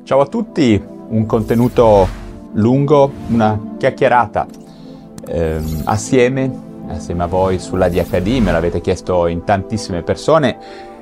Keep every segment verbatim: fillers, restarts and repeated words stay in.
Ciao a tutti, un contenuto lungo, una chiacchierata eh, assieme, assieme a voi sull'A D H D, me l'avete chiesto in tantissime persone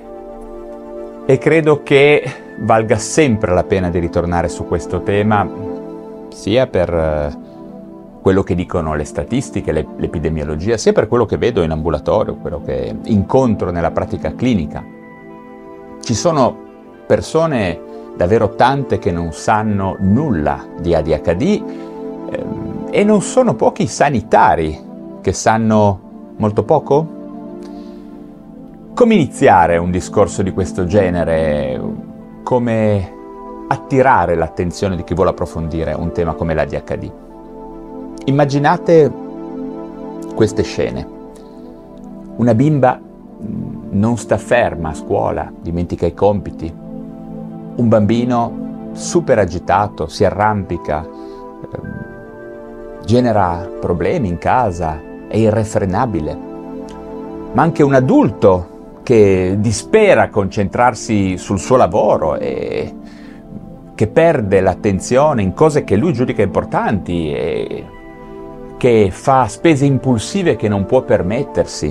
e credo che valga sempre la pena di ritornare su questo tema, sia per eh, quello che dicono le statistiche, le, l'epidemiologia, sia per quello che vedo in ambulatorio, quello che incontro nella pratica clinica. Ci sono persone davvero tante che non sanno nulla di A D H D ehm, e non sono pochi i sanitari che sanno molto poco? Come iniziare un discorso di questo genere? Come attirare l'attenzione di chi vuole approfondire un tema come l'A D H D? Immaginate queste scene. Una bimba non sta ferma a scuola, dimentica i compiti. Un bambino super agitato, si arrampica, genera problemi in casa, è irrefrenabile. Ma anche un adulto che dispera a concentrarsi sul suo lavoro e che perde l'attenzione in cose che lui giudica importanti e che fa spese impulsive che non può permettersi.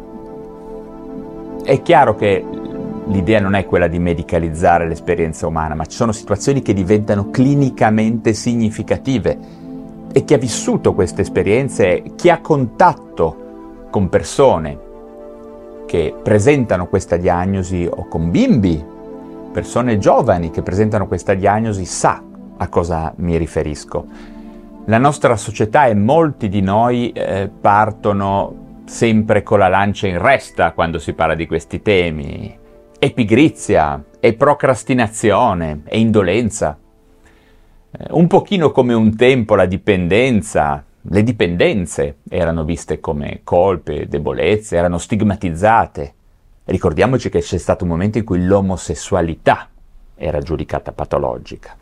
È chiaro che l'idea non è quella di medicalizzare l'esperienza umana, ma ci sono situazioni che diventano clinicamente significative e chi ha vissuto queste esperienze, chi ha contatto con persone che presentano questa diagnosi o con bimbi, persone giovani che presentano questa diagnosi, sa a cosa mi riferisco. La nostra società e molti di noi eh, partono sempre con la lancia in resta quando si parla di questi temi. E pigrizia, e procrastinazione, e indolenza. Eh, un pochino come un tempo la dipendenza, le dipendenze erano viste come colpe, debolezze, erano stigmatizzate. Ricordiamoci che c'è stato un momento in cui l'omosessualità era giudicata patologica.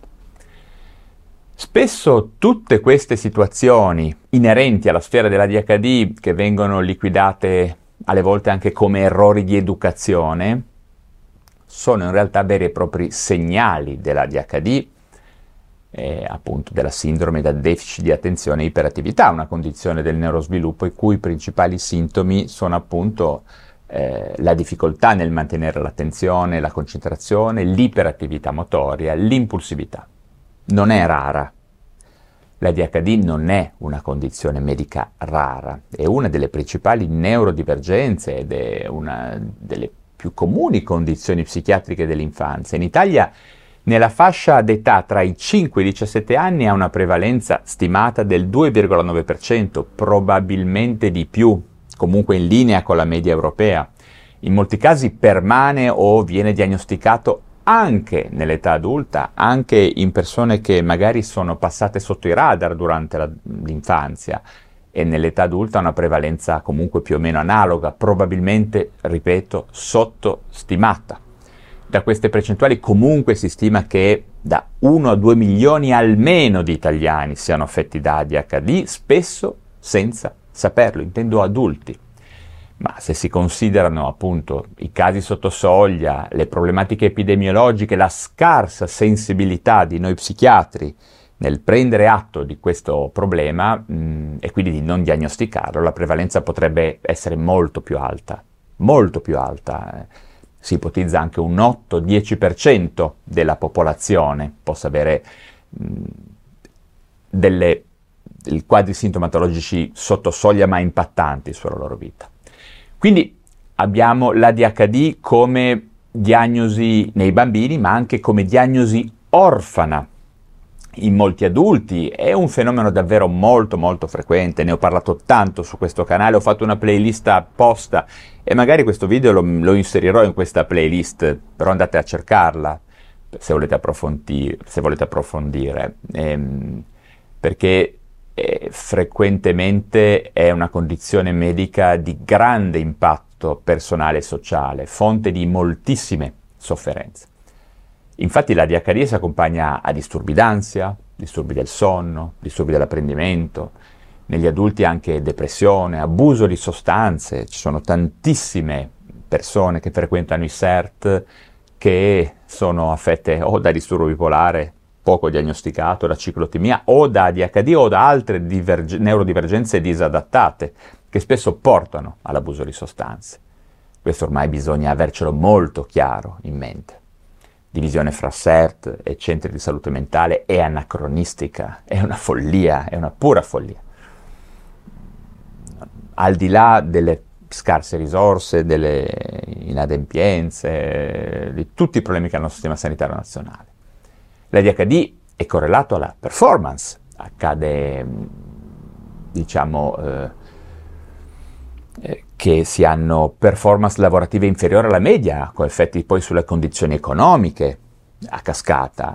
Spesso tutte queste situazioni inerenti alla sfera dell'A D H D, che vengono liquidate alle volte anche come errori di educazione, sono in realtà veri e propri segnali dell'A D H D, eh, appunto della sindrome da deficit di attenzione e iperattività, una condizione del neurosviluppo i cui principali sintomi sono appunto eh, la difficoltà nel mantenere l'attenzione, la concentrazione, l'iperattività motoria, l'impulsività. Non è rara. L'A D H D non è una condizione medica rara, è una delle principali neurodivergenze ed è una delle più comuni condizioni psichiatriche dell'infanzia. In Italia, nella fascia d'età tra i cinque e i diciassette anni, ha una prevalenza stimata del due virgola nove per cento, probabilmente di più, comunque in linea con la media europea. In molti casi permane o viene diagnosticato anche nell'età adulta, anche in persone che magari sono passate sotto i radar durante la, l'infanzia. E nell'età adulta ha una prevalenza comunque più o meno analoga, probabilmente, ripeto, sottostimata. Da queste percentuali comunque si stima che da uno a due milioni almeno di italiani siano affetti da A D H D, spesso senza saperlo, intendo adulti. Ma se si considerano appunto i casi sotto soglia, le problematiche epidemiologiche, la scarsa sensibilità di noi psichiatri nel prendere atto di questo problema mh, e quindi di non diagnosticarlo, la prevalenza potrebbe essere molto più alta, molto più alta. Si ipotizza anche un otto-dieci per cento della popolazione possa avere mh, delle, dei quadri sintomatologici sotto soglia ma impattanti sulla loro vita. Quindi abbiamo l'A D H D come diagnosi nei bambini, ma anche come diagnosi orfana in molti adulti. È un fenomeno davvero molto molto frequente, ne ho parlato tanto su questo canale, ho fatto una playlist apposta e magari questo video lo, lo inserirò in questa playlist, però andate a cercarla se volete approfondire, se volete approfondire ehm, perché eh, frequentemente è una condizione medica di grande impatto personale e sociale, fonte di moltissime sofferenze. Infatti l'A D H D si accompagna a disturbi d'ansia, disturbi del sonno, disturbi dell'apprendimento, negli adulti anche depressione, abuso di sostanze. Ci sono tantissime persone che frequentano i S E R T che sono affette o da disturbo bipolare poco diagnosticato da ciclotimia o da A D H D o da altre diverge- neurodivergenze disadattate che spesso portano all'abuso di sostanze. Questo ormai bisogna avercelo molto chiaro in mente. Divisione fra S E R T e centri di salute mentale è anacronistica, è una follia, è una pura follia. Al di là delle scarse risorse, delle inadempienze, di tutti i problemi che ha il nostro sistema sanitario nazionale. L'A D H D è correlato alla performance, accade, diciamo, eh, eh, che si hanno performance lavorative inferiori alla media, con effetti poi sulle condizioni economiche a cascata,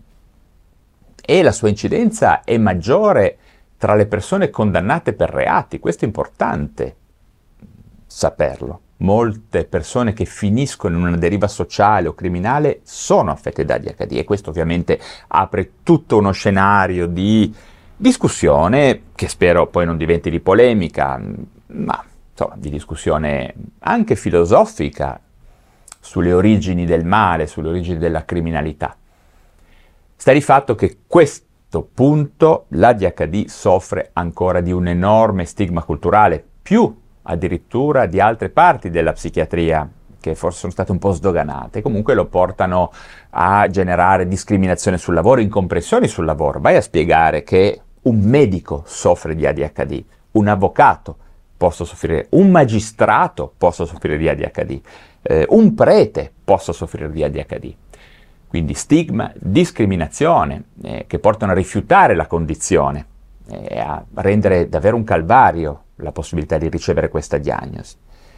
e la sua incidenza è maggiore tra le persone condannate per reati. Questo è importante saperlo. Molte persone che finiscono in una deriva sociale o criminale sono affette da A D H D, e questo ovviamente apre tutto uno scenario di discussione che spero poi non diventi di polemica, ma insomma di discussione anche filosofica sulle origini del male, sulle origini della criminalità. Sta di fatto che questo punto l'A D H D soffre ancora di un enorme stigma culturale, più addirittura di altre parti della psichiatria che forse sono state un po' sdoganate, comunque lo portano a generare discriminazione sul lavoro, incomprensioni sul lavoro. Vai a spiegare che un medico soffre di A D H D, un avvocato possa soffrire, un magistrato possa soffrire di A D H D, eh, un prete possa soffrire di A D H D. Quindi stigma, discriminazione, eh, che portano a rifiutare la condizione e eh, a rendere davvero un calvario la possibilità di ricevere questa diagnosi.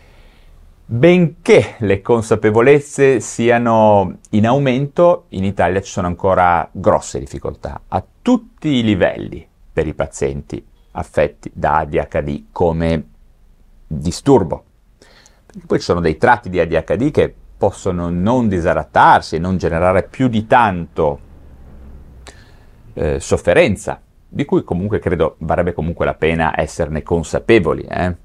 Benché le consapevolezze siano in aumento, in Italia ci sono ancora grosse difficoltà a tutti i livelli per i pazienti affetti da A D H D come disturbo. Perché poi ci sono dei tratti di A D H D che possono non disadattarsi e non generare più di tanto eh, sofferenza, di cui comunque credo varrebbe comunque la pena esserne consapevoli. Eh?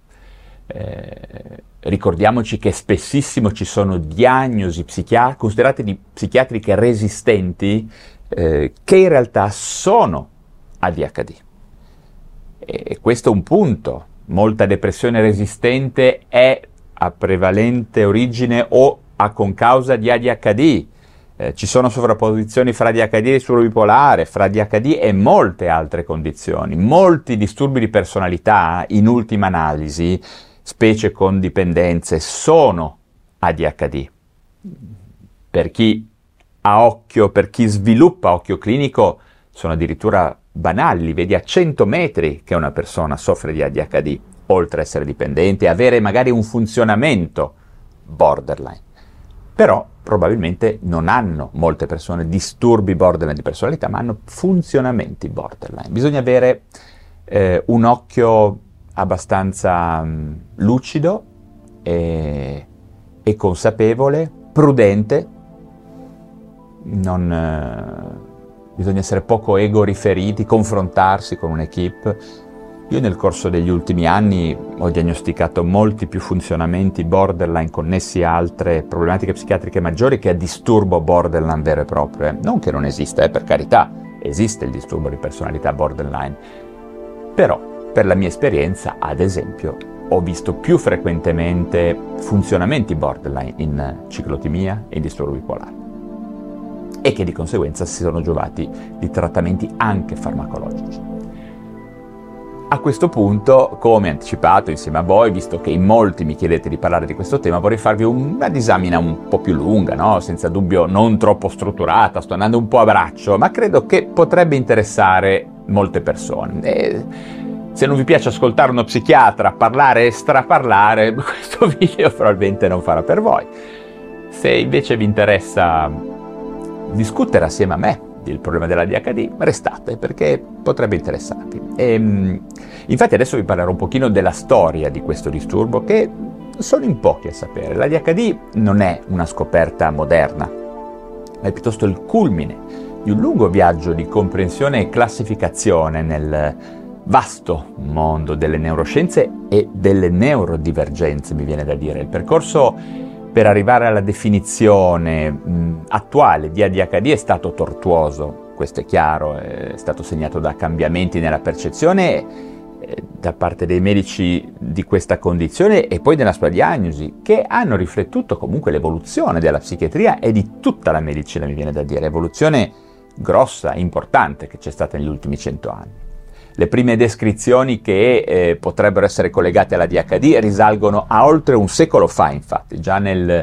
Eh, ricordiamoci che spessissimo ci sono diagnosi psichia- considerate di psichiatriche resistenti eh, che in realtà sono A D H D. E questo è un punto. Molta depressione resistente è a prevalente origine o a concausa di A D H D. Eh, ci sono sovrapposizioni fra A D H D e disturbo bipolare, fra A D H D e molte altre condizioni. Molti disturbi di personalità, in ultima analisi, specie con dipendenze, sono A D H D. Per chi ha occhio, per chi sviluppa occhio clinico, sono addirittura banali, li vedi a cento metri che una persona soffre di A D H D, oltre a essere dipendente e avere magari un funzionamento borderline. Però probabilmente non hanno molte persone disturbi borderline di personalità, ma hanno funzionamenti borderline. Bisogna avere eh, un occhio abbastanza um, lucido e, e consapevole, prudente, non, eh, bisogna essere poco ego riferiti, confrontarsi con un'equipe. Io nel corso degli ultimi anni ho diagnosticato molti più funzionamenti borderline connessi a altre problematiche psichiatriche maggiori che a disturbo borderline vero e proprio. Eh. Non che non esista, eh, per carità, esiste il disturbo di personalità borderline. Però, per la mia esperienza, ad esempio, ho visto più frequentemente funzionamenti borderline in ciclotimia e in disturbo bipolare, e che di conseguenza si sono giovati di trattamenti anche farmacologici. A questo punto, come anticipato insieme a voi, visto che in molti mi chiedete di parlare di questo tema, vorrei farvi una disamina un po' più lunga, no? Senza dubbio non troppo strutturata, sto andando un po' a braccio, ma credo che potrebbe interessare molte persone. E se non vi piace ascoltare uno psichiatra parlare e straparlare, questo video probabilmente non farà per voi. Se invece vi interessa discutere assieme a me il problema dell'A D H D, restate, perché potrebbe interessarvi. E, infatti adesso vi parlerò un pochino della storia di questo disturbo, che sono in pochi a sapere. L'A D H D non è una scoperta moderna, ma è piuttosto il culmine di un lungo viaggio di comprensione e classificazione nel vasto mondo delle neuroscienze e delle neurodivergenze, mi viene da dire. Il percorso per arrivare alla definizione mh, attuale di A D H D è stato tortuoso questo è chiaro, è stato segnato da cambiamenti nella percezione da parte dei medici di questa condizione e poi nella sua diagnosi, che hanno riflettuto comunque l'evoluzione della psichiatria e di tutta la medicina, mi viene da dire, evoluzione grossa, importante che c'è stata negli ultimi cento anni. Le prime descrizioni che eh, potrebbero essere collegate alla D H D risalgono a oltre un secolo fa, infatti, già nel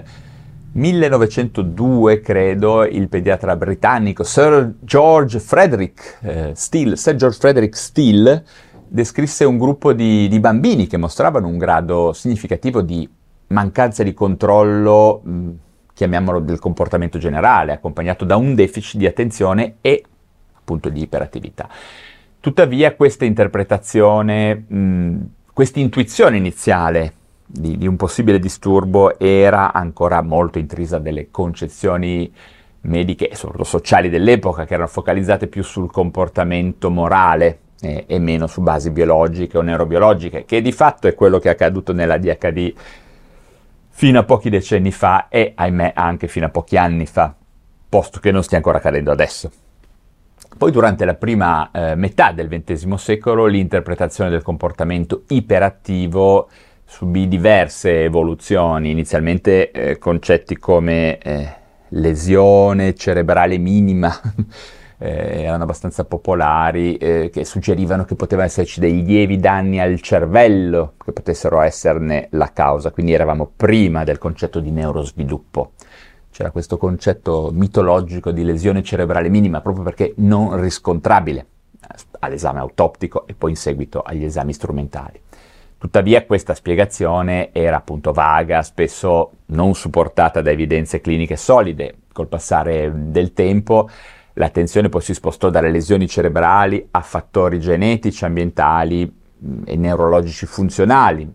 millenovecentodue, credo, il pediatra britannico Sir George Frederick eh, Steele, Sir George Frederick Steele descrisse un gruppo di, di bambini che mostravano un grado significativo di mancanza di controllo, mh, chiamiamolo del comportamento generale, accompagnato da un deficit di attenzione e appunto di iperattività. Tuttavia questa interpretazione, questa intuizione iniziale di, di un possibile disturbo era ancora molto intrisa delle concezioni mediche e soprattutto sociali dell'epoca, che erano focalizzate più sul comportamento morale e, e meno su basi biologiche o neurobiologiche, che di fatto è quello che è accaduto nella D H D fino a pochi decenni fa e, ahimè, anche fino a pochi anni fa, posto che non stia ancora accadendo adesso. Poi durante la prima eh, metà del ventesimo secolo l'interpretazione del comportamento iperattivo subì diverse evoluzioni, inizialmente eh, concetti come eh, lesione cerebrale minima eh, erano abbastanza popolari, eh, che suggerivano che potevano esserci dei lievi danni al cervello che potessero esserne la causa, quindi eravamo prima del concetto di neurosviluppo. C'era questo concetto mitologico di lesione cerebrale minima proprio perché non riscontrabile all'esame autoptico e poi in seguito agli esami strumentali. Tuttavia questa spiegazione era appunto vaga, spesso non supportata da evidenze cliniche solide. Col passare del tempo l'attenzione poi si spostò dalle lesioni cerebrali a fattori genetici, ambientali e neurologici funzionali.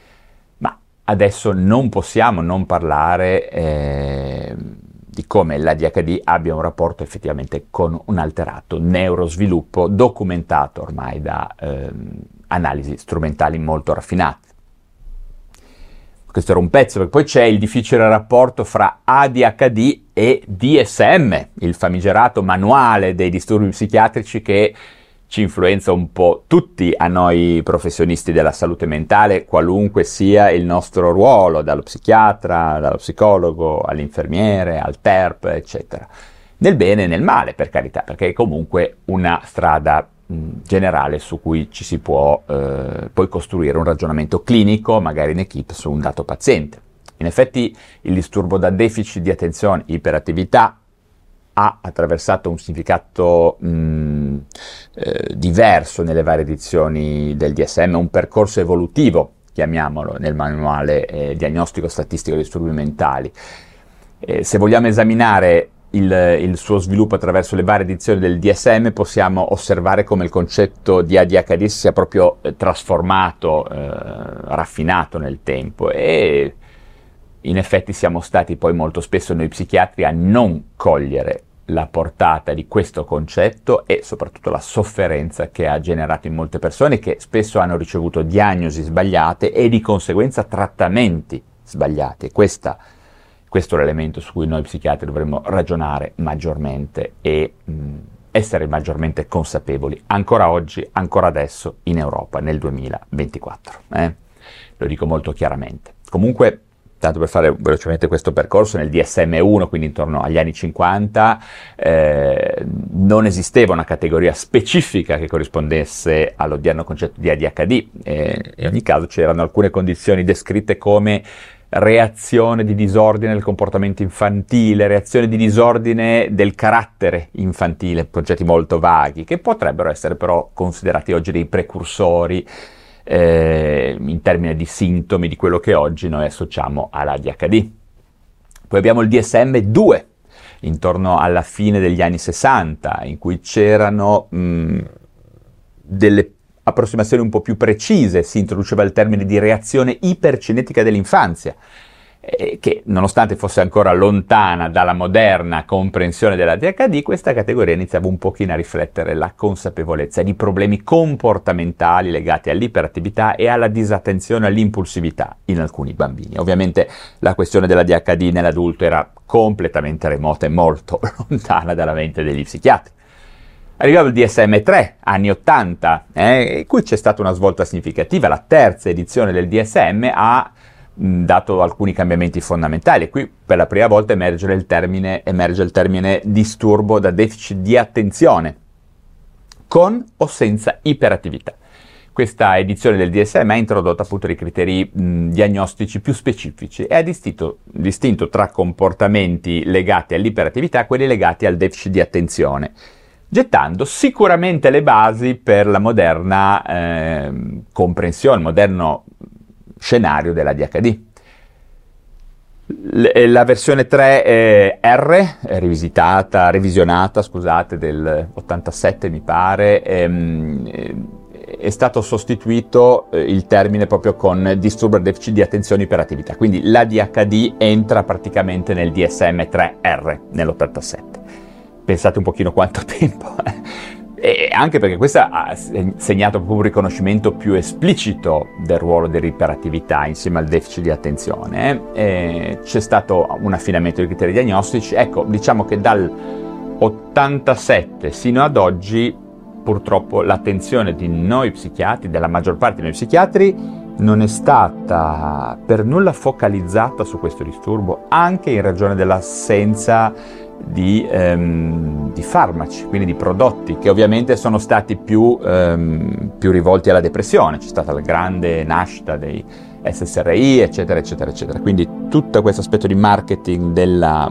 Adesso non possiamo non parlare eh, di come la D H D abbia un rapporto effettivamente con un alterato neurosviluppo documentato ormai da eh, analisi strumentali molto raffinate. Questo era un pezzo, perché poi c'è il difficile rapporto fra A D H D e D S M, il famigerato manuale dei disturbi psichiatrici che ci influenza un po' tutti a noi professionisti della salute mentale, qualunque sia il nostro ruolo, dallo psichiatra, dallo psicologo, all'infermiere, al T E R P, eccetera. Nel bene e nel male, per carità, perché è comunque una strada mh, generale su cui ci si può eh, poi costruire un ragionamento clinico, magari in equipe, su un dato paziente. In effetti il disturbo da deficit di attenzione, iperattività, ha attraversato un significato mh, eh, diverso nelle varie edizioni del D S M, un percorso evolutivo, chiamiamolo, nel manuale eh, diagnostico statistico dei disturbi mentali. Eh, se vogliamo esaminare il, il suo sviluppo attraverso le varie edizioni del D S M, possiamo osservare come il concetto di A D H D sia proprio eh, trasformato, eh, raffinato nel tempo, e in effetti siamo stati poi molto spesso noi psichiatri a non cogliere la portata di questo concetto e soprattutto la sofferenza che ha generato in molte persone, che spesso hanno ricevuto diagnosi sbagliate e di conseguenza trattamenti sbagliati. Questa, questo è l'elemento su cui noi psichiatri dovremmo ragionare maggiormente e mh, essere maggiormente consapevoli ancora oggi, ancora adesso in Europa nel duemilaventiquattro. Eh? Lo dico molto chiaramente. Comunque, tanto per fare velocemente questo percorso, nel D S M uno, quindi intorno agli anni cinquanta, eh, non esisteva una categoria specifica che corrispondesse all'odierno concetto di A D H D. Eh, in ogni caso c'erano alcune condizioni descritte come reazione di disordine del comportamento infantile, reazione di disordine del carattere infantile, concetti molto vaghi, che potrebbero essere però considerati oggi dei precursori Eh, in termini di sintomi di quello che oggi noi associamo alla D H D. Poi abbiamo il D S M due, intorno alla fine degli anni sessanta, in cui c'erano mh, delle approssimazioni un po' più precise, si introduceva il termine di reazione ipercinetica dell'infanzia, eh, che nonostante fosse ancora lontana dalla moderna comprensione della D H D, questa categoria iniziava un pochino a riflettere la consapevolezza di problemi comportamentali legati all'iperattività e alla disattenzione, all'impulsività in alcuni bambini. Ovviamente la questione della D H D nell'adulto era completamente remota e molto lontana dalla mente degli psichiatri. Arrivava il D S M tre, anni ottanta, eh, in cui c'è stata una svolta significativa. La terza edizione del D S M ha mh, dato alcuni cambiamenti fondamentali. Qui per la prima volta emerge il termine, emerge il termine disturbo da deficit di attenzione, con o senza iperattività. Questa edizione del D S M ha introdotto appunto dei criteri mh, diagnostici più specifici e ha distinto, distinto tra comportamenti legati all'iperattività e quelli legati al deficit di attenzione, gettando sicuramente le basi per la moderna eh, comprensione, il moderno scenario dell'A D H D. L- la versione tre eh, R, è rivisitata, revisionata, scusate, del ottantasette mi pare, ehm, è stato sostituito eh, il termine proprio con disturbo deficit di attenzione e iperattività, quindi l'A D H D entra praticamente nel D S M tre R nell'ottantasette. Pensate un pochino quanto tempo, e anche perché questo ha segnato proprio un riconoscimento più esplicito del ruolo dell'iperattività insieme al deficit di attenzione. E c'è stato un affinamento dei criteri diagnostici. Ecco, diciamo che dal ottantasette sino ad oggi purtroppo l'attenzione di noi psichiatri, della maggior parte dei noi psichiatri, non è stata per nulla focalizzata su questo disturbo, anche in ragione dell'assenza di, ehm, di farmaci, quindi di prodotti che ovviamente sono stati più, ehm, più rivolti alla depressione. C'è stata la grande nascita dei S S R I, eccetera, eccetera, eccetera. Quindi tutto questo aspetto di marketing della,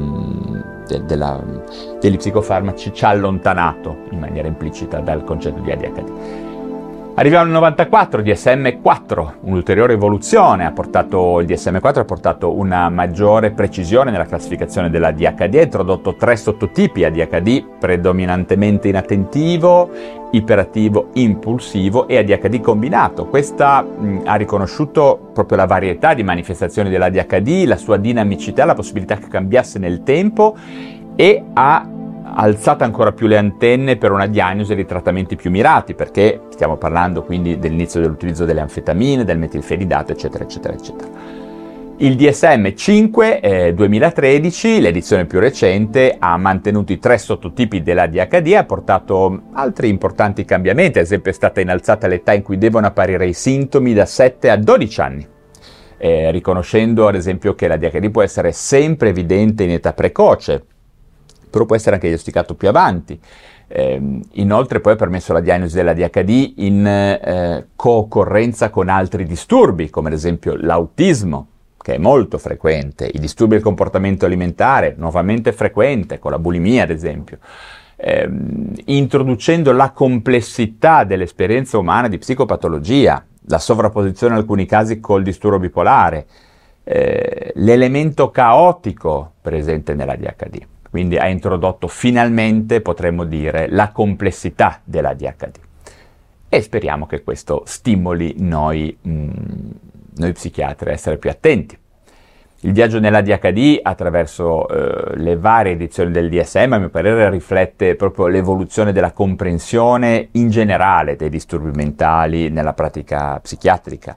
mh, de, della, degli psicofarmaci ci ha allontanato in maniera implicita dal concetto di A D H D. Arriviamo al novantaquattro, D S M quattro, un'ulteriore evoluzione, ha portato, il D S M quattro ha portato una maggiore precisione nella classificazione dell'A D H D, ha introdotto tre sottotipi A D H D, predominantemente inattentivo, iperattivo impulsivo e A D H D combinato. Questa mh, ha riconosciuto proprio la varietà di manifestazioni dell'A D H D, la sua dinamicità, la possibilità che cambiasse nel tempo, e ha alzata ancora più le antenne per una diagnosi e dei trattamenti più mirati, perché stiamo parlando quindi dell'inizio dell'utilizzo delle anfetamine, del metilfenidato, eccetera, eccetera, eccetera. Il D S M cinque eh, duemilatredici, l'edizione più recente, ha mantenuto i tre sottotipi dell'A D H D e ha portato altri importanti cambiamenti. Ad esempio è stata innalzata l'età in cui devono apparire i sintomi da sette a dodici anni, eh, riconoscendo ad esempio che l'A D H D può essere sempre evidente in età precoce, però può essere anche diagnosticato più avanti. Eh, inoltre poi è permesso la diagnosi dell'A D H D in eh, cooccorrenza con altri disturbi, come ad esempio l'autismo, che è molto frequente, i disturbi del comportamento alimentare, nuovamente frequente, con la bulimia ad esempio, eh, introducendo la complessità dell'esperienza umana di psicopatologia, la sovrapposizione in alcuni casi col disturbo bipolare, eh, l'elemento caotico presente nell'A D H D. Quindi ha introdotto finalmente, potremmo dire, la complessità dell'A D H D. E speriamo che questo stimoli noi, mh, noi psichiatri a essere più attenti. Il viaggio nell'A D H D attraverso eh, le varie edizioni del D S M, a mio parere, riflette proprio l'evoluzione della comprensione in generale dei disturbi mentali nella pratica psichiatrica,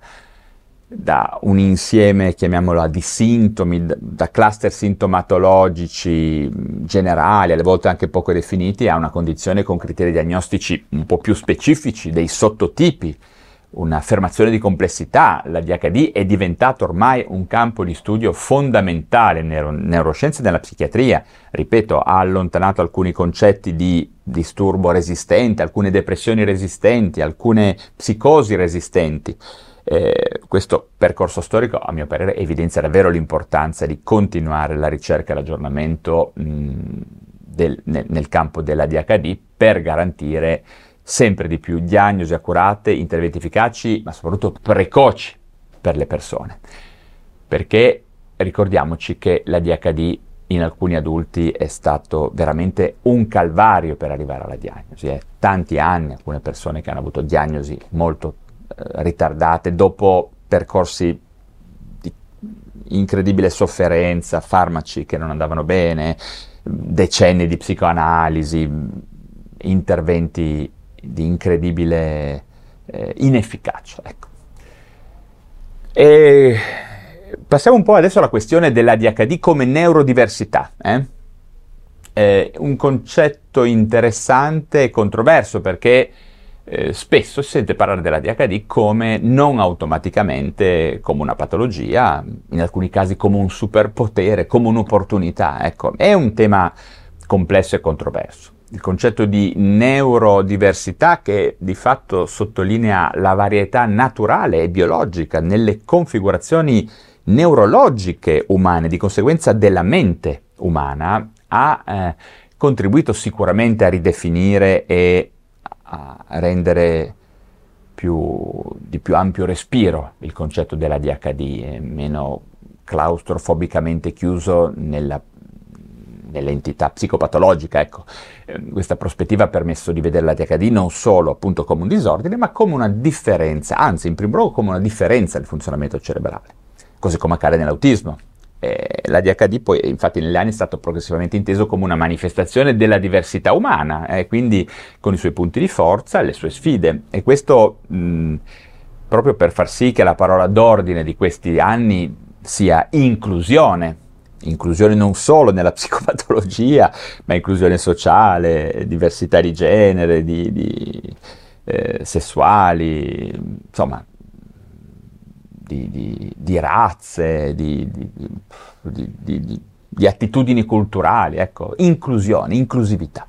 da un insieme, chiamiamolo, di sintomi, da cluster sintomatologici generali, alle volte anche poco definiti, a una condizione con criteri diagnostici un po' più specifici, dei sottotipi, un'affermazione di complessità. L'A D H D è diventato ormai un campo di studio fondamentale in neuro- neuroscienze e nella psichiatria. Ripeto, ha allontanato alcuni concetti di disturbo resistente, alcune depressioni resistenti, alcune psicosi resistenti. Eh, questo percorso storico, a mio parere, evidenzia davvero l'importanza di continuare la ricerca e l'aggiornamento mh, del, nel, nel campo dell'A D H D per garantire sempre di più diagnosi accurate, interventi efficaci, ma soprattutto precoci per le persone. Perché ricordiamoci che l'A D H D in alcuni adulti è stato veramente un calvario per arrivare alla diagnosi. Eh. Tanti anni, alcune persone che hanno avuto diagnosi molto ritardate dopo percorsi di incredibile sofferenza, farmaci che non andavano bene, decenni di psicoanalisi, interventi di incredibile eh, inefficacia. Ecco. E passiamo un po' adesso alla questione dell'A D H D come neurodiversità. Eh? eh, un concetto interessante e controverso, perché eh, spesso si sente parlare della D H D come non automaticamente come una patologia, in alcuni casi come un superpotere, come un'opportunità. Ecco, è un tema complesso e controverso. Il concetto di neurodiversità, che di fatto sottolinea la varietà naturale e biologica nelle configurazioni neurologiche umane, di conseguenza della mente umana, ha eh, contribuito sicuramente a ridefinire e a rendere più, di più ampio respiro il concetto della D H D, meno claustrofobicamente chiuso nella nell'entità psicopatologica. Ecco, eh, questa prospettiva ha permesso di vedere la D H D non solo appunto come un disordine, ma come una differenza, anzi in primo luogo come una differenza nel funzionamento cerebrale, così come accade nell'autismo. Eh, la D H D poi infatti negli anni è stato progressivamente inteso come una manifestazione della diversità umana, eh, quindi con i suoi punti di forza e le sue sfide, e questo mh, proprio per far sì che la parola d'ordine di questi anni sia inclusione. Inclusione non solo nella psicopatologia, ma inclusione sociale, diversità di genere, di, di eh, sessuali, insomma, di, di, di razze, di, di, di, di, di attitudini culturali, ecco, inclusione, inclusività.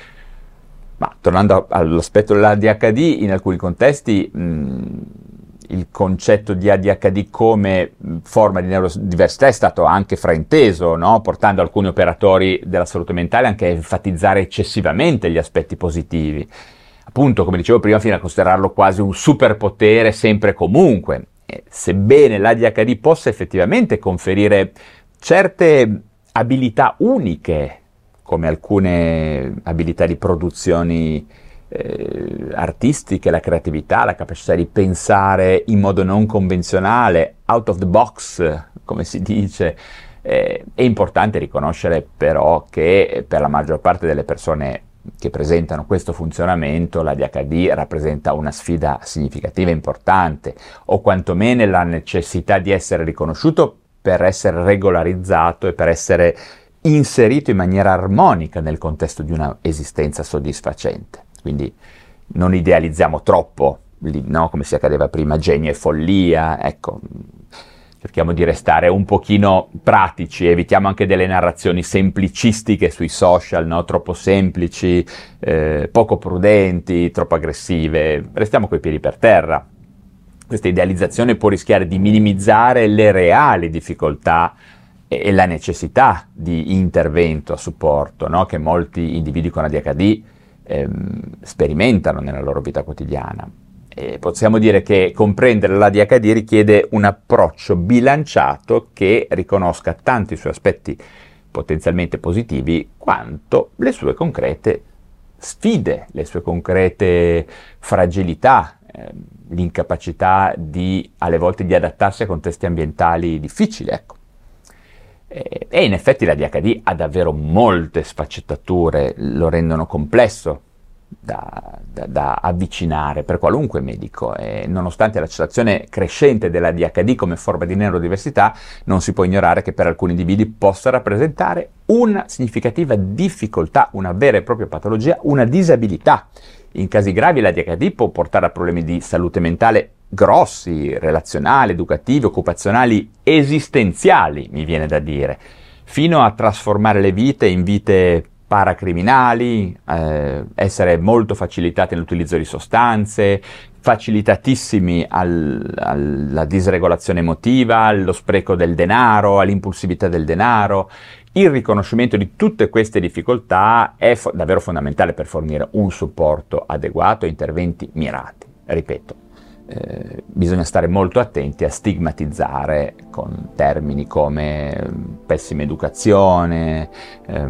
Ma tornando all'aspetto della D H D, in alcuni contesti mh, il concetto di A D H D come forma di neurodiversità è stato anche frainteso, no? Portando alcuni operatori della salute mentale anche a enfatizzare eccessivamente gli aspetti positivi. Appunto, come dicevo prima, fino a considerarlo quasi un superpotere sempre e comunque. E sebbene l'A D H D possa effettivamente conferire certe abilità uniche, come alcune abilità di produzioni Eh, artistiche, la creatività, la capacità di pensare in modo non convenzionale, out of the box, come si dice, eh, è importante riconoscere però che per la maggior parte delle persone che presentano questo funzionamento l'A D H D rappresenta una sfida significativa e importante, o quantomeno la necessità di essere riconosciuto per essere regolarizzato e per essere inserito in maniera armonica nel contesto di una esistenza soddisfacente. Quindi non idealizziamo troppo, no? Come si accadeva prima, genio e follia, ecco, cerchiamo di restare un pochino pratici, evitiamo anche delle narrazioni semplicistiche sui social, no? Troppo semplici, eh, poco prudenti, troppo aggressive, restiamo coi piedi per terra. Questa idealizzazione può rischiare di minimizzare le reali difficoltà e la necessità di intervento a supporto, no? Che molti individui con A D H D sperimentano nella loro vita quotidiana. E possiamo dire che comprendere l'A D H D richiede un approccio bilanciato che riconosca tanto i suoi aspetti potenzialmente positivi quanto le sue concrete sfide, le sue concrete fragilità, eh, l'incapacità di alle volte di adattarsi a contesti ambientali difficili, ecco. E in effetti la D H D ha davvero molte sfaccettature, lo rendono complesso da, da, da avvicinare per qualunque medico, e nonostante l'accettazione crescente della D H D come forma di neurodiversità, non si può ignorare che per alcuni individui possa rappresentare una significativa difficoltà, una vera e propria patologia, una disabilità. In casi gravi la D H D può portare a problemi di salute mentale grossi, relazionali, educativi, occupazionali, esistenziali, mi viene da dire, fino a trasformare le vite in vite paracriminali, eh, essere molto facilitati nell'utilizzo di sostanze, facilitatissimi al, alla disregolazione emotiva, allo spreco del denaro, all'impulsività del denaro. Il riconoscimento di tutte queste difficoltà è fo- davvero fondamentale per fornire un supporto adeguato e interventi mirati. Ripeto, eh, bisogna stare molto attenti a stigmatizzare con termini come eh, pessima educazione, eh,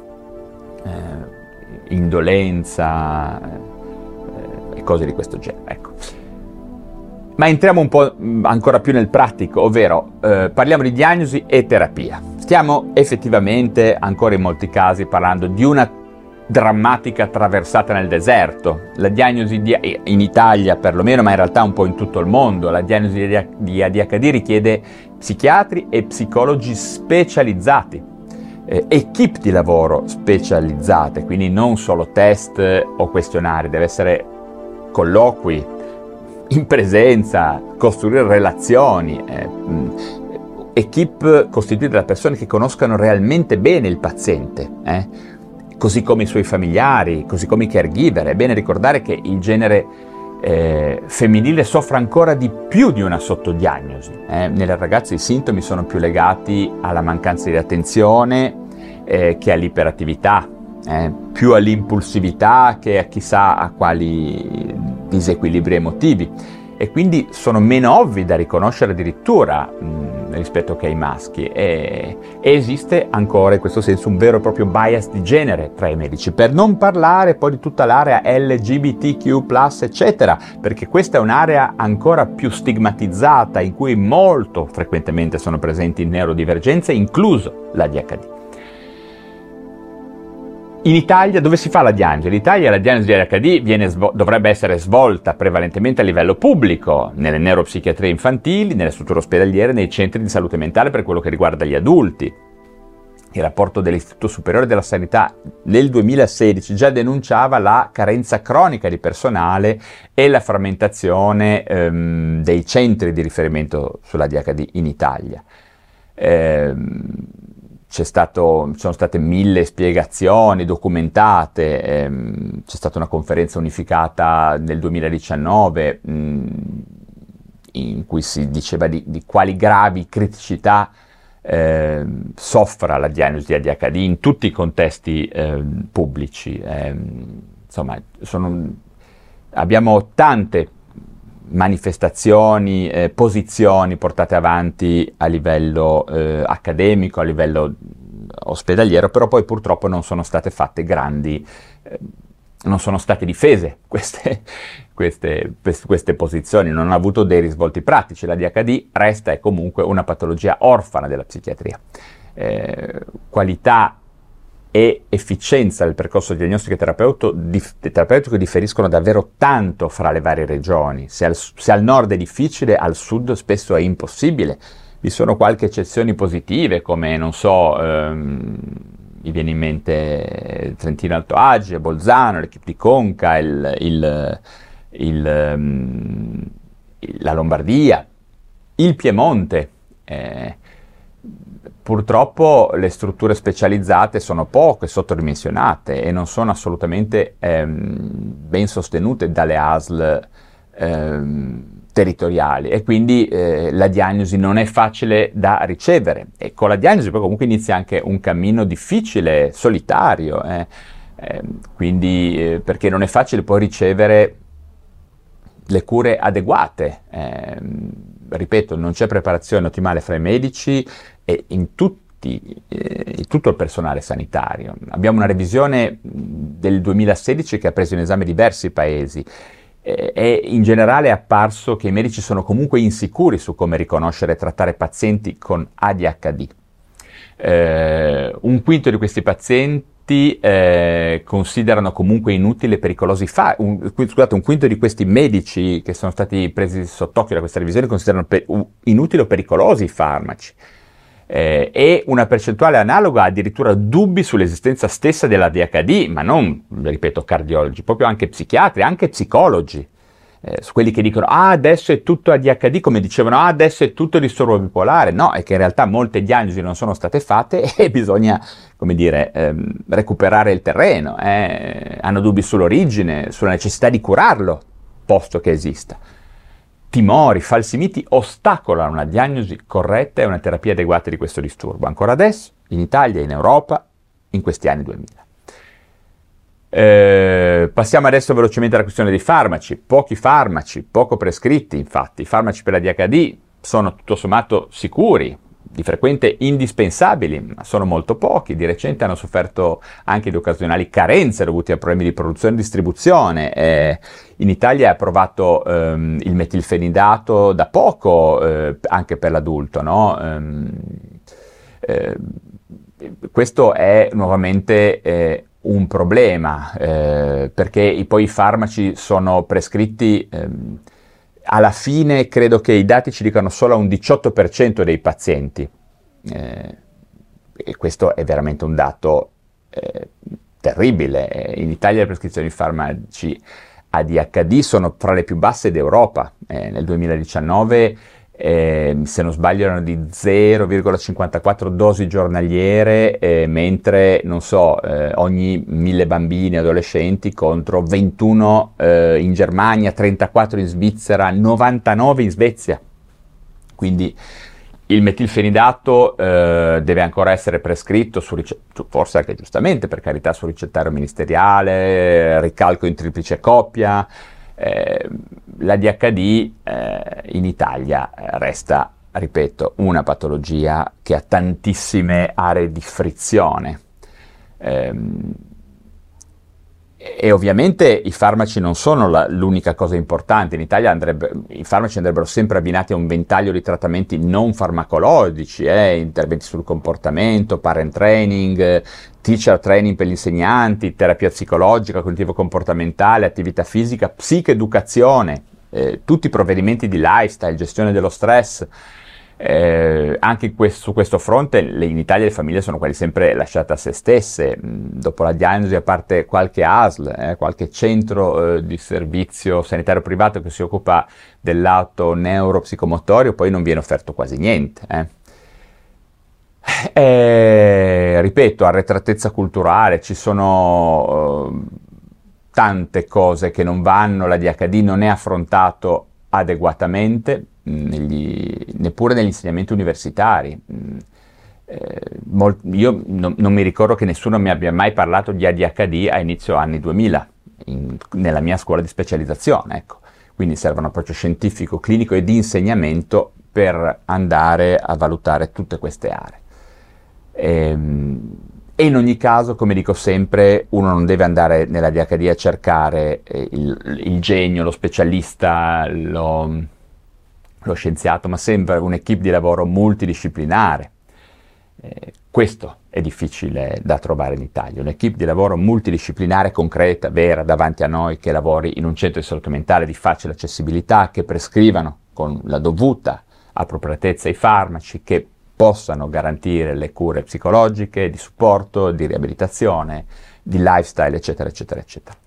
eh, indolenza eh, e cose di questo genere. Ecco. Ma entriamo un po' ancora più nel pratico, ovvero eh, parliamo di diagnosi e terapia. Stiamo effettivamente ancora in molti casi parlando di una drammatica traversata nel deserto. La diagnosi di, in Italia perlomeno, ma in realtà un po' in tutto il mondo, la diagnosi di A D H D richiede psichiatri e psicologi specializzati. eh, equip di lavoro specializzate, quindi non solo test o questionari, deve essere colloqui, in presenza, costruire relazioni, eh, equip costituite da persone che conoscano realmente bene il paziente, eh? così come i suoi familiari, così come i caregiver. È bene ricordare che il genere eh, femminile soffre ancora di più di una sottodiagnosi. Eh? Nelle ragazze i sintomi sono più legati alla mancanza di attenzione eh, che all'iperattività, eh? più all'impulsività che a chissà a quali disequilibri emotivi, e quindi sono meno ovvi da riconoscere addirittura mh, rispetto che ai maschi, e, e esiste ancora in questo senso un vero e proprio bias di genere tra i medici, per non parlare poi di tutta l'area L G B T Q plus, eccetera, perché questa è un'area ancora più stigmatizzata in cui molto frequentemente sono presenti neurodivergenze, incluso l'A D H D. In Italia dove si fa la diagnosi? In Italia la diagnosi di A D H D viene svol- dovrebbe essere svolta prevalentemente a livello pubblico, nelle neuropsichiatrie infantili, nelle strutture ospedaliere, nei centri di salute mentale per quello che riguarda gli adulti. Il rapporto dell'Istituto Superiore della Sanità nel duemilasedici già denunciava la carenza cronica di personale e la frammentazione ehm, dei centri di riferimento sull'A D H D in Italia. Ehm, C'è stato, ci sono state mille spiegazioni documentate, ehm, c'è stata una conferenza unificata nel duemiladiciannove mh, in cui si diceva di, di quali gravi criticità eh, soffra la diagnosi di A D H D in tutti i contesti eh, pubblici. Eh, insomma, sono, abbiamo tante manifestazioni, eh, posizioni portate avanti a livello eh, accademico, a livello ospedaliero, però poi purtroppo non sono state fatte grandi, eh, non sono state difese queste, queste, queste posizioni, non hanno avuto dei risvolti pratici. L'A D H D resta e comunque una patologia orfana della psichiatria. Eh, qualità e efficienza del percorso diagnostico e terapeutico, dif- terapeutico differiscono davvero tanto fra le varie regioni. Se al, se al nord è difficile, al sud spesso è impossibile. Vi sono qualche eccezioni positive, come, non so, ehm, mi viene in mente Trentino Alto Adige, Bolzano, l'Equipe di Conca, il, il, il, um, la Lombardia, il Piemonte. Eh, Purtroppo le strutture specializzate sono poche, sottodimensionate e non sono assolutamente ehm, ben sostenute dalle A S L ehm, territoriali, e quindi eh, la diagnosi non è facile da ricevere, e con la diagnosi poi comunque inizia anche un cammino difficile, solitario, eh, eh, quindi eh, perché non è facile poi ricevere le cure adeguate. Eh, ripeto, non c'è preparazione ottimale fra i medici e in tutti, eh, in tutto il personale sanitario. Abbiamo una revisione del duemilasedici che ha preso in esame diversi paesi eh, e in generale è apparso che i medici sono comunque insicuri su come riconoscere e trattare pazienti con A D H D. Eh, un quinto di questi pazienti Eh, considerano comunque inutili e pericolosi farmaci. Un, scusate, un quinto di questi medici che sono stati presi sott'occhio da questa revisione considerano per, uh, inutili o pericolosi i farmaci, eh, e una percentuale analoga ha addirittura dubbi sull'esistenza stessa della D H D, ma non, ripeto, cardiologi, proprio anche psichiatri, anche psicologi. Eh, su quelli che dicono ah adesso è tutto A D H D, come dicevano ah adesso è tutto disturbo bipolare. No, è che in realtà molte diagnosi non sono state fatte e bisogna, come dire, ehm, recuperare il terreno. Eh. Hanno dubbi sull'origine, sulla necessità di curarlo, posto che esista. Timori, falsi miti ostacolano una diagnosi corretta e una terapia adeguata di questo disturbo, ancora adesso, in Italia, in Europa, in questi anni duemila. Eh, passiamo adesso velocemente alla questione dei farmaci. Pochi farmaci, poco prescritti, infatti. I farmaci per la D H D sono tutto sommato sicuri, di frequente indispensabili, ma sono molto pochi. Di recente hanno sofferto anche di occasionali carenze dovute a problemi di produzione e distribuzione. Eh, in Italia è approvato ehm, il metilfenidato da poco, eh, anche per l'adulto, no? Ehm, eh, questo è nuovamente eh, un problema, eh, perché i, poi i farmaci sono prescritti, ehm, alla fine credo che i dati ci dicano solo a un diciotto per cento dei pazienti, eh, e questo è veramente un dato eh, terribile. In Italia le prescrizioni di farmaci A D H D sono tra le più basse d'Europa. Eh, nel duemiladiciannove, eh, se non sbaglio, erano di zero virgola cinquantaquattro dosi giornaliere, eh, mentre, non so, eh, ogni mille bambini e adolescenti contro ventuno eh, in Germania, trentaquattro in Svizzera, novantanove in Svezia. Quindi il metilfenidato eh, deve ancora essere prescritto, su rice- forse anche giustamente, per carità, su ricettario ministeriale, ricalco in triplice coppia. Eh, l'A D H D eh, in Italia resta, ripeto, una patologia che ha tantissime aree di frizione. Eh, E ovviamente i farmaci non sono la, l'unica cosa importante. In Italia andrebbe, i farmaci andrebbero sempre abbinati a un ventaglio di trattamenti non farmacologici, eh, interventi sul comportamento, parent training, teacher training per gli insegnanti, terapia psicologica, cognitivo-comportamentale, attività fisica, psicoeducazione, eh, tutti i provvedimenti di lifestyle, gestione dello stress. Eh, anche questo, su questo fronte le, in Italia le famiglie sono quasi sempre lasciate a se stesse. Dopo la diagnosi, a parte qualche A S L, eh, qualche centro eh, di servizio sanitario privato che si occupa del lato neuropsicomotorio, poi non viene offerto quasi niente. Eh. Eh, ripeto, arretratezza culturale, ci sono eh, tante cose che non vanno, l'A D H D non è affrontato adeguatamente, negli, neppure negli insegnamenti universitari. Eh, molt, io non, non mi ricordo che nessuno mi abbia mai parlato di A D H D a inizio anni duemila, in, nella mia scuola di specializzazione, ecco. Quindi serve un approccio scientifico, clinico e di insegnamento per andare a valutare tutte queste aree. E, e in ogni caso, come dico sempre, uno non deve andare nell'A D H D a cercare eh, il, il genio, lo specialista, lo, lo scienziato, ma sempre un'equipe di lavoro multidisciplinare. Eh, questo è difficile da trovare in Italia, un'equipe di lavoro multidisciplinare, concreta, vera, davanti a noi, che lavori in un centro di salute mentale di facile accessibilità, che prescrivano con la dovuta appropriatezza i farmaci, che possano garantire le cure psicologiche, di supporto, di riabilitazione, di lifestyle, eccetera, eccetera, eccetera.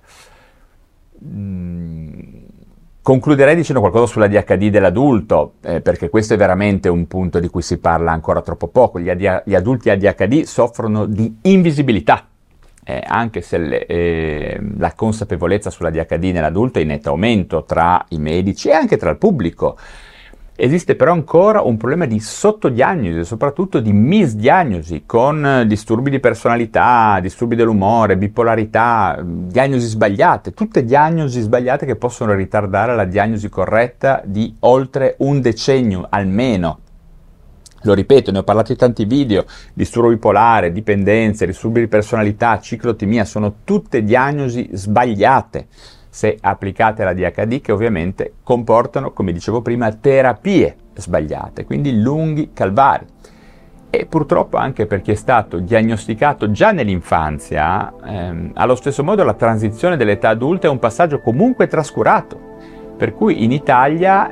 Mm. Concluderei dicendo qualcosa sull'A D H D dell'adulto, eh, perché questo è veramente un punto di cui si parla ancora troppo poco. Gli, A D- gli adulti A D H D soffrono di invisibilità, eh, anche se le, eh, la consapevolezza sull'A D H D nell'adulto è in netto aumento tra i medici e anche tra il pubblico. Esiste però ancora un problema di sottodiagnosi, soprattutto di misdiagnosi, con disturbi di personalità, disturbi dell'umore, bipolarità, diagnosi sbagliate, tutte diagnosi sbagliate che possono ritardare la diagnosi corretta di oltre un decennio almeno. Lo ripeto, ne ho parlato in tanti video: disturbo bipolare, dipendenze, disturbi di personalità, ciclotimia, sono tutte diagnosi sbagliate se applicate alla A D H D, che ovviamente comportano, come dicevo prima, terapie sbagliate, quindi lunghi calvari. E purtroppo anche per chi è stato diagnosticato già nell'infanzia, ehm, allo stesso modo la transizione dell'età adulta è un passaggio comunque trascurato, per cui in Italia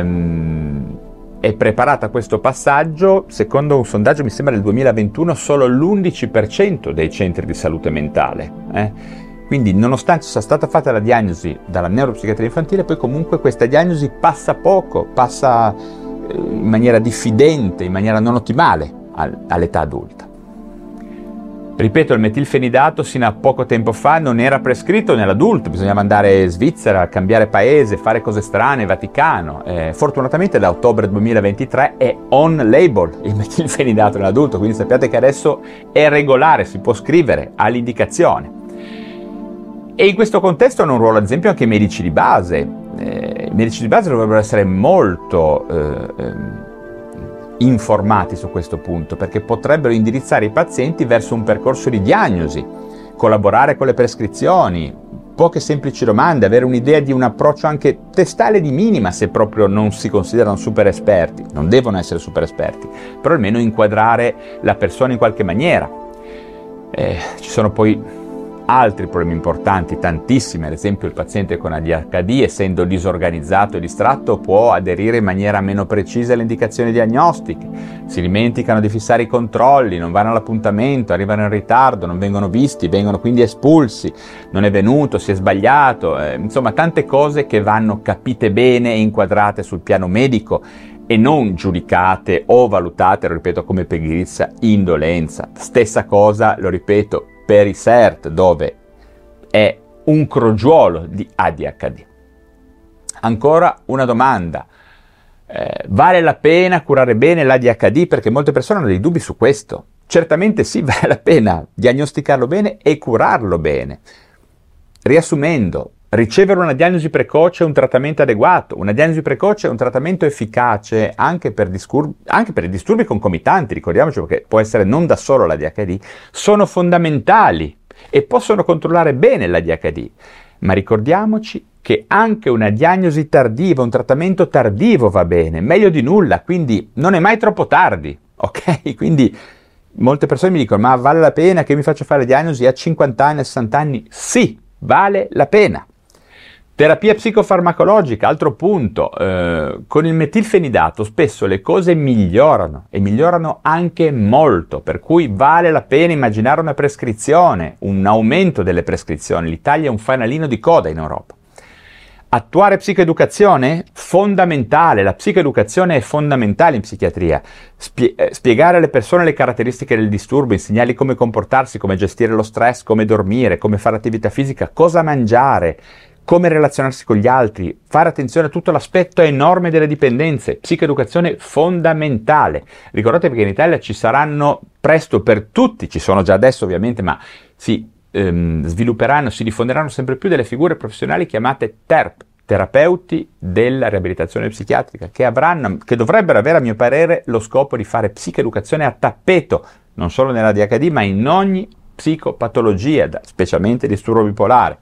ehm, è preparato a questo passaggio, secondo un sondaggio mi sembra del duemilaventuno, solo l'undici per cento dei centri di salute mentale. Eh. Quindi, nonostante sia stata fatta la diagnosi dalla neuropsichiatria infantile, poi comunque questa diagnosi passa poco, passa eh, in maniera diffidente, in maniera non ottimale al, all'età adulta. Ripeto, il metilfenidato sino a poco tempo fa non era prescritto nell'adulto, bisognava andare in Svizzera, cambiare paese, fare cose strane, Vaticano. Eh, fortunatamente da ottobre duemilaventitré è on label il metilfenidato nell'adulto, quindi sappiate che adesso è regolare, si può scrivere all'indicazione. E in questo contesto hanno un ruolo, ad esempio, anche i medici di base. Eh, I medici di base dovrebbero essere molto eh, eh, informati su questo punto, perché potrebbero indirizzare i pazienti verso un percorso di diagnosi, collaborare con le prescrizioni, poche semplici domande, avere un'idea di un approccio anche testale di minima, se proprio non si considerano super esperti. Non devono essere super esperti, però almeno inquadrare la persona in qualche maniera. Eh, ci sono poi altri problemi importanti, tantissimi. Ad esempio il paziente con A D H D, essendo disorganizzato e distratto, può aderire in maniera meno precisa alle indicazioni diagnostiche, si dimenticano di fissare i controlli, non vanno all'appuntamento, arrivano in ritardo, non vengono visti, vengono quindi espulsi, non è venuto, si è sbagliato, eh, insomma tante cose che vanno capite bene e inquadrate sul piano medico e non giudicate o valutate, lo ripeto, come pigrizia, indolenza. Stessa cosa, lo ripeto, per i C E R T, dove è un crogiuolo di A D H D. Ancora una domanda. Eh, vale la pena curare bene l'A D H D? Perché molte persone hanno dei dubbi su questo. Certamente sì, vale la pena diagnosticarlo bene e curarlo bene. Riassumendo, ricevere una diagnosi precoce è un trattamento adeguato. Una diagnosi precoce è un trattamento efficace anche per, disturbi, anche per i disturbi concomitanti, ricordiamoci, perché può essere non da solo l'A D H D, sono fondamentali e possono controllare bene l'A D H D. Ma ricordiamoci che anche una diagnosi tardiva, un trattamento tardivo va bene, meglio di nulla, quindi non è mai troppo tardi, ok? Quindi molte persone mi dicono, ma vale la pena che mi faccia fare diagnosi a cinquanta anni, a sessanta anni? Sì, vale la pena. Terapia psicofarmacologica, altro punto, eh, con il metilfenidato spesso le cose migliorano e migliorano anche molto, per cui vale la pena immaginare una prescrizione, un aumento delle prescrizioni. L'Italia è un fanalino di coda in Europa. Attuare psicoeducazione? Fondamentale, la psicoeducazione è fondamentale in psichiatria. Spie- eh, spiegare alle persone le caratteristiche del disturbo, insegnargli come comportarsi, come gestire lo stress, come dormire, come fare attività fisica, cosa mangiare, come relazionarsi con gli altri, fare attenzione a tutto l'aspetto enorme delle dipendenze. Psicoeducazione fondamentale. Ricordate che in Italia ci saranno presto per tutti, ci sono già adesso ovviamente, ma si ehm, svilupperanno, si diffonderanno sempre più delle figure professionali chiamate T E R P, terapeuti della riabilitazione psichiatrica, che avranno, che dovrebbero avere a mio parere lo scopo di fare psicoeducazione a tappeto, non solo nell'A D H D, ma in ogni psicopatologia, specialmente disturbo bipolare.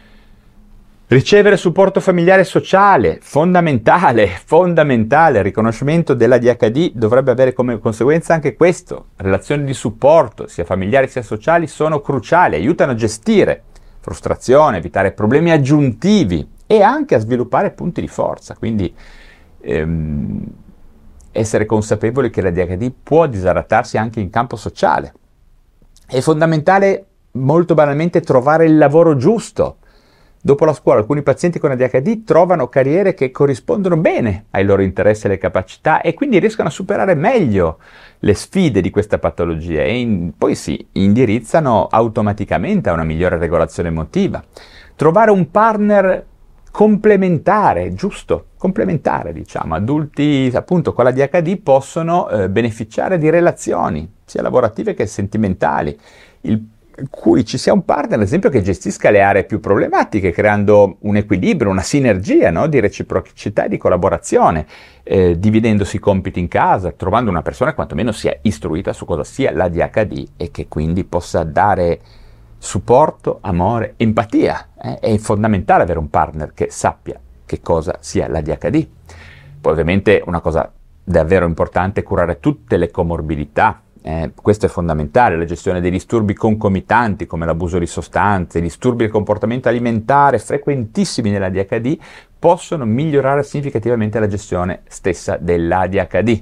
Ricevere supporto familiare e sociale, fondamentale, fondamentale. Il riconoscimento dell'A D H D dovrebbe avere come conseguenza anche questo. Relazioni di supporto, sia familiari sia sociali, sono cruciali, aiutano a gestire frustrazione, evitare problemi aggiuntivi e anche a sviluppare punti di forza. Quindi ehm, essere consapevoli che l'A D H D può disadattarsi anche in campo sociale. È fondamentale, molto banalmente, trovare il lavoro giusto. Dopo la scuola alcuni pazienti con A D H D trovano carriere che corrispondono bene ai loro interessi e alle capacità e quindi riescono a superare meglio le sfide di questa patologia e in, poi si indirizzano automaticamente a una migliore regolazione emotiva. Trovare un partner complementare, giusto, complementare diciamo. Adulti appunto con l'A D H D possono eh, beneficiare di relazioni sia lavorative che sentimentali, il in cui ci sia un partner, ad esempio, che gestisca le aree più problematiche, creando un equilibrio, una sinergia, no? Di reciprocità e di collaborazione, eh, dividendosi i compiti in casa, trovando una persona che quantomeno sia istruita su cosa sia l'A D H D e che quindi possa dare supporto, amore, empatia. Eh? È fondamentale avere un partner che sappia che cosa sia l'A D H D. Poi ovviamente una cosa davvero importante è curare tutte le comorbidità. Eh, questo è fondamentale, la gestione dei disturbi concomitanti come l'abuso di sostanze, i disturbi del comportamento alimentare frequentissimi nell'A D H D possono migliorare significativamente la gestione stessa dell'A D H D.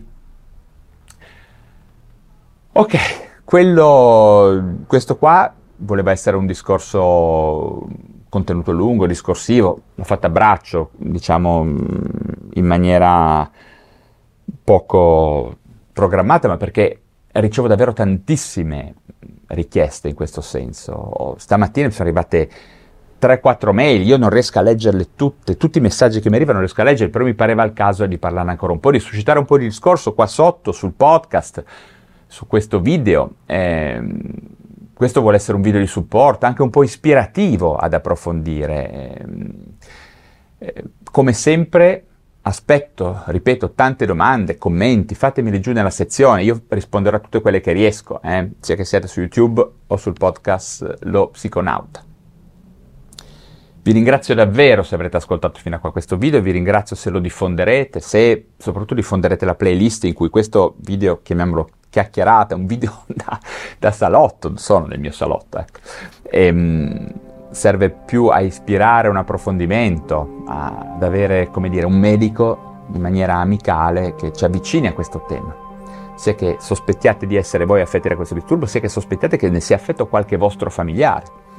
Ok, quello, questo qua voleva essere un discorso contenuto lungo, discorsivo, l'ho fatto a braccio, diciamo in maniera poco programmata, ma perché ricevo davvero tantissime richieste in questo senso. Stamattina mi sono arrivate tre quattro mail, io non riesco a leggerle tutte, tutti i messaggi che mi arrivano non riesco a leggere, però mi pareva il caso di parlarne ancora un po', di suscitare un po' di discorso qua sotto, sul podcast, su questo video. Eh, questo vuole essere un video di supporto, anche un po' ispirativo ad approfondire. Eh, come sempre, aspetto, ripeto, tante domande, commenti, fatemeli giù nella sezione, io risponderò a tutte quelle che riesco, eh, sia che siate su YouTube o sul podcast Lo Psiconauta. Vi ringrazio davvero se avrete ascoltato fino a qua questo video, vi ringrazio se lo diffonderete, se soprattutto diffonderete la playlist in cui questo video, chiamiamolo, chiacchierata, un video da, da salotto, non sono nel mio salotto, ecco. E, serve più a ispirare un approfondimento, ad avere, come dire, un medico in maniera amicale che ci avvicini a questo tema, sia che sospettiate di essere voi affetti da questo disturbo, sia che sospettiate che ne sia affetto qualche vostro familiare.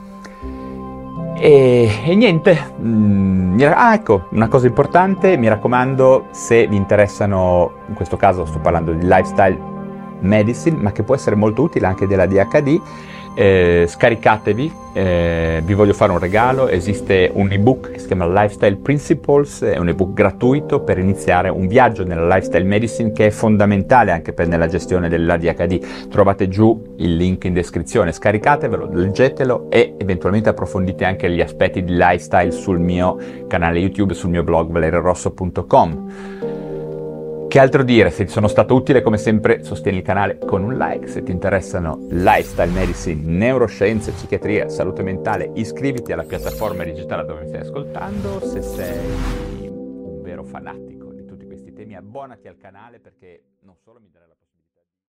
E, e niente, mm, ah ecco, una cosa importante, mi raccomando, se vi interessano, in questo caso sto parlando di lifestyle medicine, ma che può essere molto utile anche della D H D, Eh, scaricatevi, eh, vi voglio fare un regalo, esiste un ebook che si chiama Lifestyle Principles, è un ebook gratuito per iniziare un viaggio nella lifestyle medicine che è fondamentale anche per nella gestione dell'A D H D. Trovate giù il link in descrizione, scaricatevelo, leggetelo e eventualmente approfondite anche gli aspetti di lifestyle sul mio canale YouTube, sul mio blog valerio rosso punto com. Che altro dire? Se ti sono stato utile, come sempre, sostieni il canale con un like. Se ti interessano lifestyle medicine, neuroscienze, psichiatria, salute mentale, iscriviti alla piattaforma digitale dove mi stai ascoltando. Se sei un vero fanatico di tutti questi temi, abbonati al canale, perché non solo mi darai la possibilità